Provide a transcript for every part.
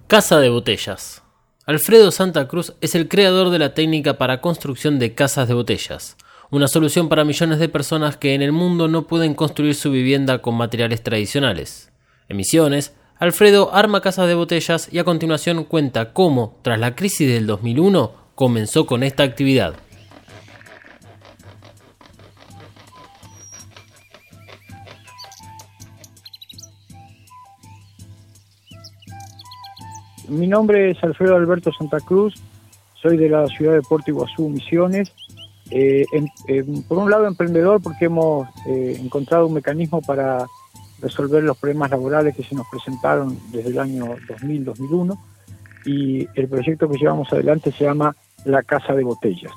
Casa de botellas. Alfredo Santa Cruz es el creador de la técnica para construcción de casas de botellas, una solución para millones de personas que en el mundo no pueden construir su vivienda con materiales tradicionales. En Misiones, Alfredo arma casas de botellas y a continuación cuenta cómo, tras la crisis del 2001, comenzó con esta actividad. Mi nombre es Alfredo Alberto Santa Cruz, soy de la ciudad de Puerto Iguazú, Misiones. Por un lado emprendedor porque hemos encontrado un mecanismo para resolver los problemas laborales que se nos presentaron desde el año 2000-2001 y el proyecto que llevamos adelante se llama La Casa de Botellas.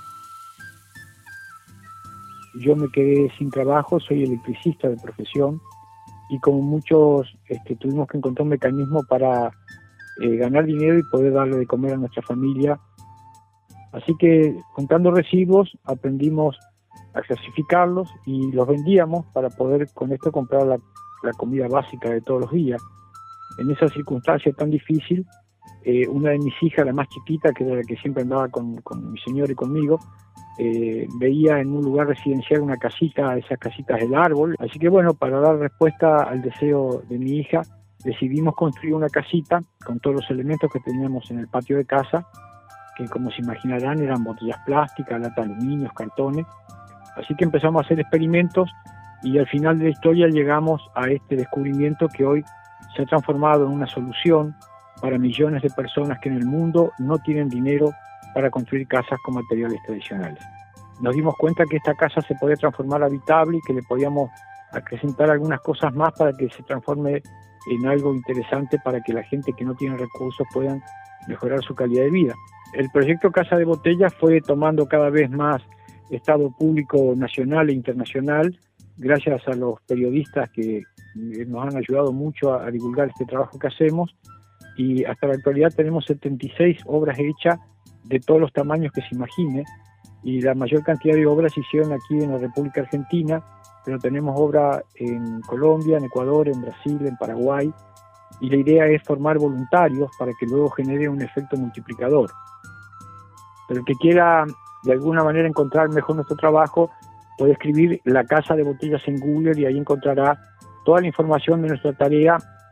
Yo me quedé sin trabajo, soy electricista de profesión y como muchos tuvimos que encontrar un mecanismo para ganar dinero y poder darle de comer a nuestra familia. Así que juntando residuos aprendimos a clasificarlos y los vendíamos para poder con esto comprar la comida básica de todos los días. En esa circunstancia tan difícil, una de mis hijas, la más chiquita, que era la que siempre andaba con mi señor y conmigo, veía en un lugar residencial una casita, esas casitas del árbol. Así que bueno, para dar respuesta al deseo de mi hija, decidimos construir una casita con todos los elementos que teníamos en el patio de casa, que como se imaginarán eran botellas plásticas, lata de aluminio, cartones. Así que empezamos a hacer experimentos y al final de la historia llegamos a este descubrimiento que hoy se ha transformado en una solución para millones de personas que en el mundo no tienen dinero para construir casas con materiales tradicionales. Nos dimos cuenta que esta casa se podía transformar habitable y que le podíamos acrecentar algunas cosas más para que se transforme en algo interesante para que la gente que no tiene recursos puedan mejorar su calidad de vida. El proyecto Casa de Botellas fue tomando cada vez más estado público nacional e internacional gracias a los periodistas que nos han ayudado mucho a divulgar este trabajo que hacemos y hasta la actualidad tenemos 76 obras hechas de todos los tamaños que se imagine y la mayor cantidad de obras se hicieron aquí en la República Argentina, pero tenemos obra en Colombia, en Ecuador, en Brasil, en Paraguay, y la idea es formar voluntarios para que luego genere un efecto multiplicador. Pero el que quiera de alguna manera encontrar mejor nuestro trabajo, puede escribir La Casa de Botellas en Google y ahí encontrará toda la información de nuestra tarea,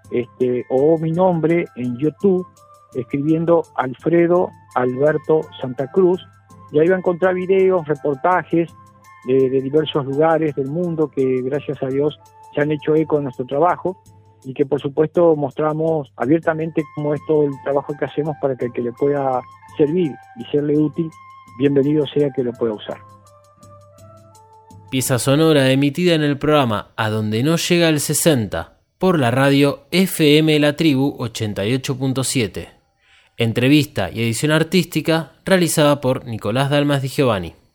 o mi nombre en YouTube, escribiendo Alfredo Alberto Santa Cruz, y ahí va a encontrar videos, reportajes, de diversos lugares del mundo que gracias a Dios se han hecho eco de nuestro trabajo y que por supuesto mostramos abiertamente cómo es todo el trabajo que hacemos para que el que le pueda servir y serle útil, bienvenido sea que lo pueda usar. Pieza sonora emitida en el programa A Donde No Llega el 60 por la radio FM La Tribu 88.7. Entrevista y edición artística realizada por Nicolás Dalmas Di Giovanni.